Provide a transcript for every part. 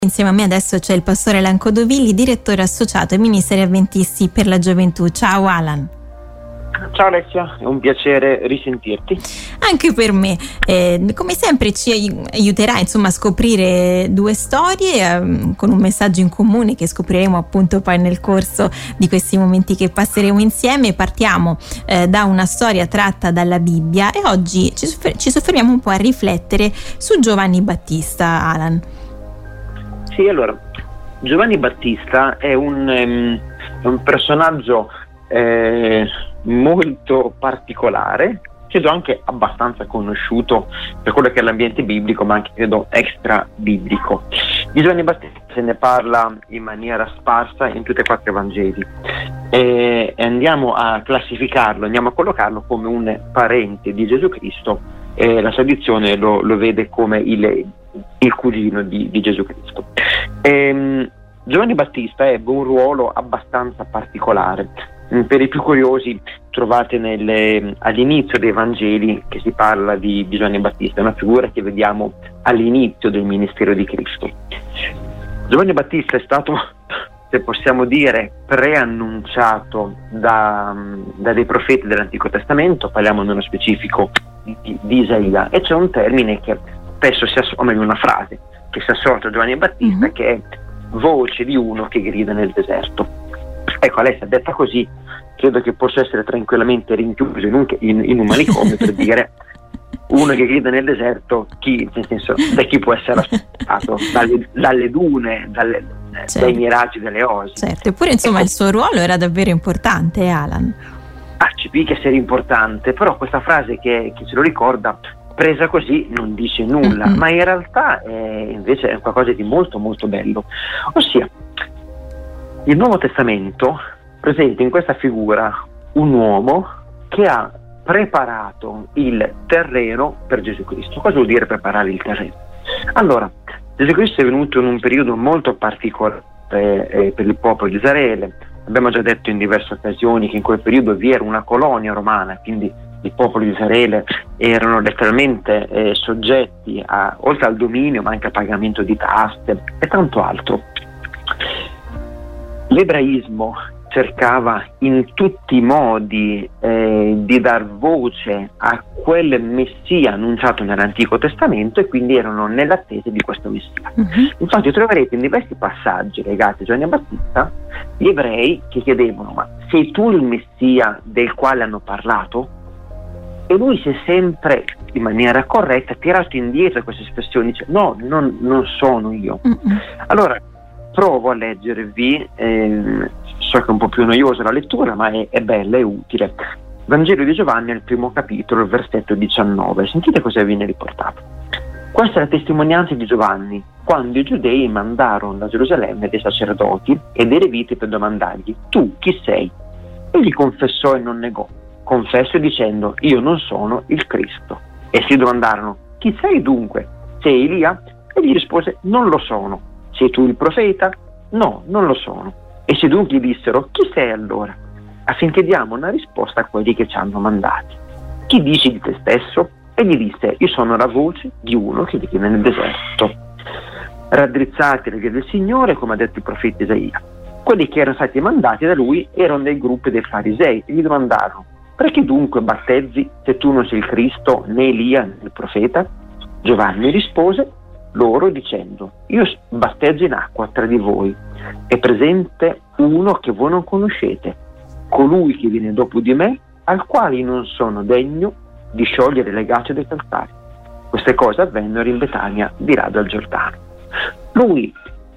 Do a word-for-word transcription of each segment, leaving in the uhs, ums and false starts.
Insieme a me adesso c'è il pastore Alan Codovilli, direttore associato ai Ministeri Adventisti per la Gioventù. Ciao Alan. Ciao Alessia, è un piacere risentirti. Anche per me. Eh, come sempre ci aiuterà insomma a scoprire due storie eh, con un messaggio in comune che scopriremo appunto poi nel corso di questi momenti che passeremo insieme. Partiamo eh, da una storia tratta dalla Bibbia e oggi ci, soffer- ci soffermiamo un po' a riflettere su Giovanni Battista, Alan. Sì, allora, Giovanni Battista è un, um, è un personaggio eh, molto particolare, credo anche abbastanza conosciuto per quello che è l'ambiente biblico, ma anche credo extra biblico. Di Giovanni Battista se ne parla in maniera sparsa in tutti e quattro i Vangeli e, e andiamo a classificarlo, andiamo a collocarlo come un parente di Gesù Cristo. E la tradizione lo, lo vede come il, il cugino di, di Gesù Cristo. E, Giovanni Battista ebbe un ruolo abbastanza particolare. Per i più curiosi trovate nelle, all'inizio dei Vangeli che si parla di, di Giovanni Battista, è una figura che vediamo all'inizio del ministero di Cristo. Giovanni Battista è stato, se possiamo dire, preannunciato da, da dei profeti dell'Antico Testamento, parliamo nello specifico di, di Isaia, e c'è un termine che spesso si associa, o meglio una frase che si associa a Giovanni Battista, mm-hmm. che è voce di uno che grida nel deserto. Ecco, Alessia, detta così, credo che possa essere tranquillamente rinchiuso in un, in, in un manicomio per dire uno che grida nel deserto, chi, nel senso, da chi può essere aspettato? Dalle, dalle dune, dalle, certo. dai miraggi delle osi. Certo, eppure insomma ecco, il suo ruolo era davvero importante, Alan. Ah, ci picchia essere importante, però questa frase che, che ce lo ricorda, presa così non dice nulla, mm-hmm. ma in realtà è, invece è qualcosa di molto molto bello. Ossia, il Nuovo Testamento presenta in questa figura un uomo che ha preparato il terreno per Gesù Cristo. Cosa vuol dire preparare il terreno? Allora, Gesù Cristo è venuto in un periodo molto particolare eh, per il popolo di Israele. Abbiamo già detto in diverse occasioni che in quel periodo vi era una colonia romana, quindi il popolo di Israele erano letteralmente eh, soggetti a, oltre al dominio, ma anche al pagamento di tasse e tanto altro. L'ebraismo cercava in tutti i modi eh, di dar voce a quel Messia annunciato nell'Antico Testamento e quindi erano nell'attesa di questo Messia. Uh-huh. Infatti troverete in diversi passaggi legati a Giovanni Battista gli ebrei che chiedevano: ma sei tu il Messia del quale hanno parlato? E lui si è sempre, in maniera corretta, tirato indietro queste espressioni, dice no, non, non sono io. Uh-huh. Allora provo a leggervi, ehm, so che è un po' più noiosa la lettura, ma è, è bella, è utile. Vangelo di Giovanni, al primo capitolo, il versetto diciannove. Sentite cosa viene riportato. Questa è la testimonianza di Giovanni, quando i giudei mandarono da Gerusalemme dei sacerdoti e dei leviti per domandargli: tu chi sei? Egli confessò e non negò, confesso dicendo: io non sono il Cristo. E si domandarono: chi sei dunque? Sei Elia? Egli rispose: non lo sono. Sei tu il profeta? No, non lo sono. E se dunque gli dissero: chi sei allora? Affinché diamo una risposta a quelli che ci hanno mandati. Chi dici di te stesso? E gli disse: io sono la voce di uno che viene nel deserto. Raddrizzate le vie del Signore, come ha detto il profeta Isaia. Quelli che erano stati mandati da lui erano dei gruppi dei farisei e gli domandarono: perché dunque battezzi se tu non sei il Cristo, né Elia, né il profeta? Giovanni rispose loro dicendo: io battezzo in acqua, tra di voi è presente uno che voi non conoscete, colui che viene dopo di me, al quale io non sono degno di sciogliere le gacce dei calcari. Queste cose avvennero in Betania di là dal Giordano. Lui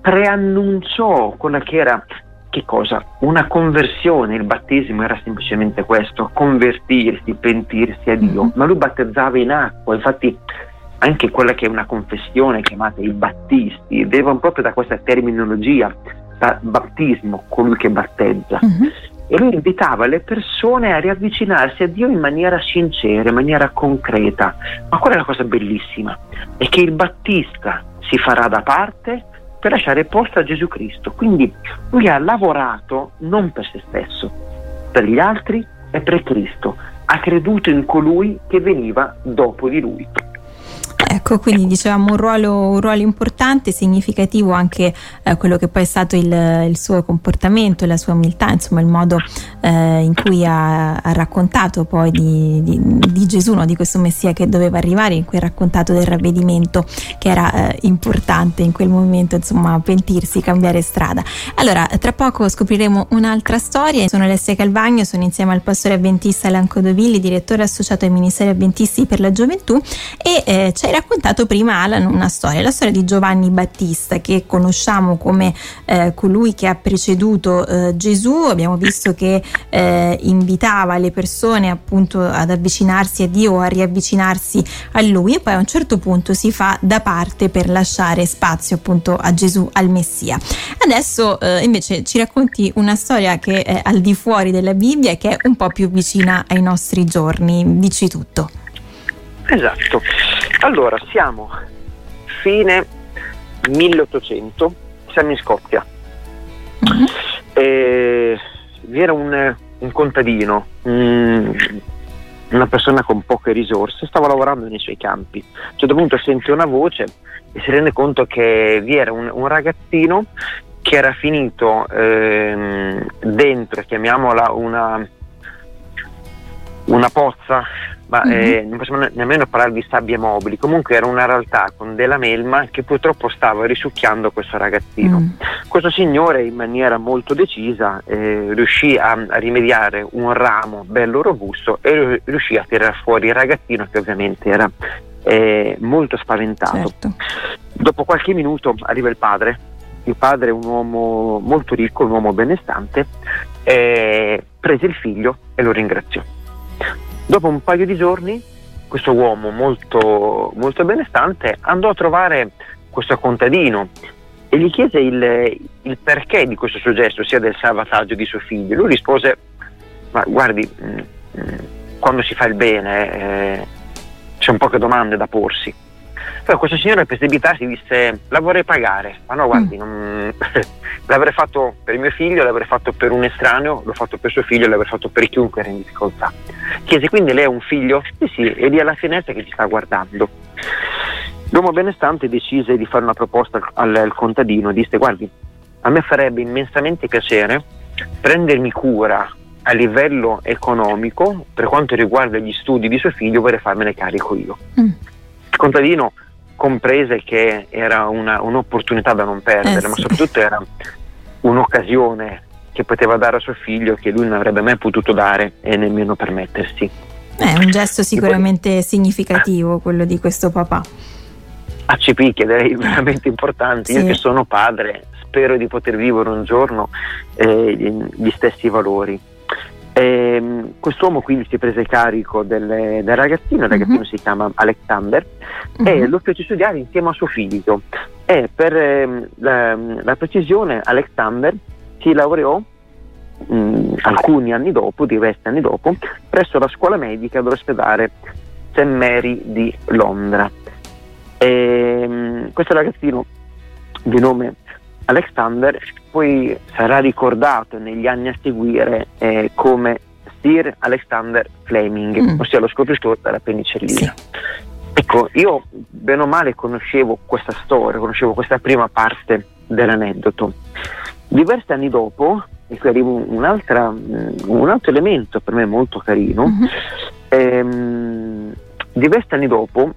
preannunciò quella che era, che cosa? Una conversione. Il battesimo era semplicemente questo: convertirsi, pentirsi a Dio. Mm-hmm. Ma lui battezzava in acqua, infatti anche quella che è una confessione chiamata i battisti derivano proprio da questa terminologia, da battesimo, colui che battezza. Uh-huh. E lui invitava le persone a riavvicinarsi a Dio in maniera sincera, in maniera concreta. Ma qual è la cosa bellissima? È che il battista si farà da parte per lasciare posto a Gesù Cristo. Quindi lui ha lavorato non per se stesso, per gli altri e per Cristo. Ha creduto in colui che veniva dopo di lui. Ecco, quindi dicevamo un ruolo, un ruolo importante, significativo anche eh, quello che poi è stato il, il suo comportamento, la sua umiltà, insomma il modo eh, in cui ha, ha raccontato poi di, di, di Gesù, no? Di questo Messia che doveva arrivare, in cui ha raccontato del ravvedimento che era eh, importante in quel momento, insomma pentirsi, cambiare strada. Allora, tra poco scopriremo un'altra storia. Sono Alessia Calvagno, sono insieme al pastore avventista Alan Codovilli, direttore associato ai Ministeri Avventisti per la Gioventù, e eh, ci hai raccontato prima, Alan, una storia, la storia di Giovanni Battista, che conosciamo come eh, colui che ha preceduto eh, Gesù. Abbiamo visto che eh, invitava le persone appunto ad avvicinarsi a Dio o a riavvicinarsi a Lui, e poi a un certo punto si fa da parte per lasciare spazio appunto a Gesù, al Messia. Adesso eh, invece ci racconti una storia che è al di fuori della Bibbia e che è un po' più vicina ai nostri giorni. Dici tutto. Esatto. Allora, siamo fine milleottocento, siamo in Scozia. Uh-huh. E vi era un, un contadino, un, una persona con poche risorse, stava lavorando nei suoi campi. A un certo punto sente una voce e si rende conto che vi era un, un ragazzino che era finito ehm, dentro, chiamiamola una, una pozza, ma mm-hmm. eh, non possiamo ne- nemmeno parlare di sabbie mobili. Comunque era una realtà con della melma che purtroppo stava risucchiando questo ragazzino. Mm. Questo signore, in maniera molto decisa, eh, riuscì a, a rimediare un ramo bello robusto e riuscì a tirare fuori il ragazzino, che ovviamente era eh, molto spaventato. Certo. Dopo qualche minuto arriva il padre. Il padre è un uomo molto ricco, un uomo benestante, eh, prese il figlio e lo ringraziò. Dopo un paio di giorni questo uomo molto, molto benestante andò a trovare questo contadino e gli chiese il, il perché di questo suo gesto, ossia del salvataggio di suo figlio. Lui rispose: ma guardi, mh, mh, quando si fa il bene eh, c'è un poche domande da porsi. Poi questo signore, per debitarsi, disse: la vorrei pagare. Ma no, guardi, mm. non... l'avrei fatto per mio figlio, l'avrei fatto per un estraneo, l'ho fatto per suo figlio, l'avrei fatto per chiunque era in difficoltà. Chiese: quindi lei ha un figlio? Sì, sì, è lì alla finestra che ci sta guardando. L'uomo benestante decise di fare una proposta al, al contadino. Disse: guardi, a me farebbe immensamente piacere prendermi cura a livello economico per quanto riguarda gli studi di suo figlio, vorrei farmene carico io. Mm. Il contadino comprese che era una, un'opportunità da non perdere, eh, ma sì. soprattutto era un'occasione che poteva dare a suo figlio che lui non avrebbe mai potuto dare e nemmeno permettersi. È un gesto sicuramente poi, significativo quello di questo papà. A C P chiederei veramente importante. Sì. Io che sono padre spero di poter vivere un giorno eh, gli stessi valori. E, quest'uomo quindi si prese carico del, del ragazzino, il ragazzino uh-huh. si chiama Alexander, uh-huh. e lo fece studiare insieme a suo figlio. E per eh, la, la precisione, Alexander si laureò mh, alcuni anni dopo, diversi anni dopo, presso la scuola medica dell'ospedale Saint Mary di Londra. E, mh, questo ragazzino di nome Alexander poi sarà ricordato negli anni a seguire eh, come Sir Alexander Fleming, mm. ossia lo scopritore della penicillina. Sì. Ecco, io bene o male conoscevo questa storia, conoscevo questa prima parte dell'aneddoto. Diversi anni dopo, e qui arriva un'altra, un altro elemento per me molto carino, mm-hmm. ehm, diversi anni dopo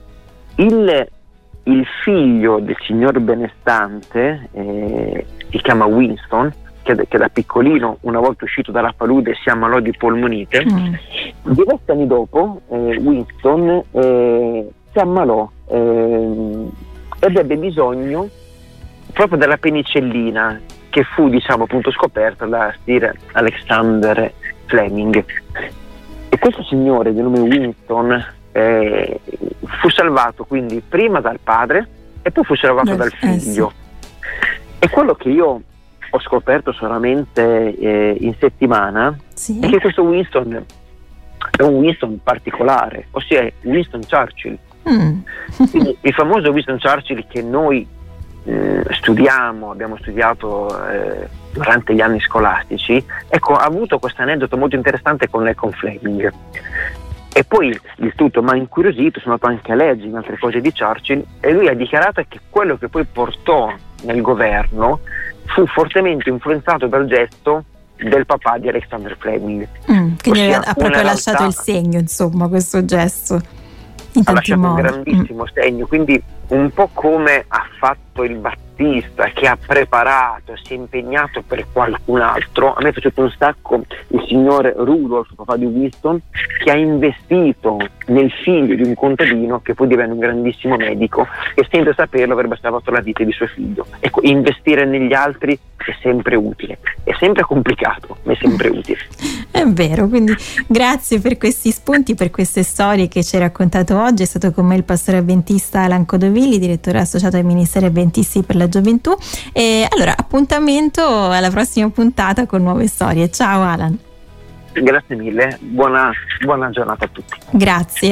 il il figlio del signor benestante, eh, si chiama Winston, che, che da piccolino, una volta uscito dalla palude, si ammalò di polmonite. Mm. Diversi anni dopo eh, Winston eh, si ammalò eh, ed ebbe bisogno proprio della penicillina che fu, diciamo, appunto scoperta da Sir Alexander Fleming. E questo signore di nome Winston Eh, fu salvato quindi prima dal padre e poi fu salvato Beh, dal figlio. Eh sì. E quello che io ho scoperto solamente eh, in settimana sì. è che questo Winston è un Winston particolare, ossia Winston Churchill. Mm. Il famoso Winston Churchill che noi eh, studiamo, abbiamo studiato eh, durante gli anni scolastici. Ecco, ha avuto questo aneddoto molto interessante con lei, con Fleming. E poi il tutto mi ha incuriosito, sono andato anche a leggere altre cose di Churchill, e lui ha dichiarato che quello che poi portò nel governo fu fortemente influenzato dal gesto del papà di Alexander Fleming. Mm, quindi Ossia, ha proprio realtà, lasciato il segno, insomma, questo gesto in ha tanti lasciato modi. un grandissimo mm. segno, quindi un po' come ha fatto il Battista, che ha preparato, si è impegnato per qualcun altro. A me è piaciuto un sacco il signore Rudolph, papà di Winston, che ha investito nel figlio di un contadino che poi divenne un grandissimo medico, e senza saperlo avrebbe salvato la vita di suo figlio. Ecco, investire negli altri è sempre utile, è sempre complicato, ma è sempre utile. È vero, quindi grazie per questi spunti, per queste storie che ci hai raccontato oggi. È stato con me il pastore avventista Alan Codovilli, direttore associato ai Ministeri Avventisti per la Gioventù. E allora, appuntamento alla prossima puntata con nuove storie. Ciao Alan. Grazie mille, buona, buona giornata a tutti. Grazie.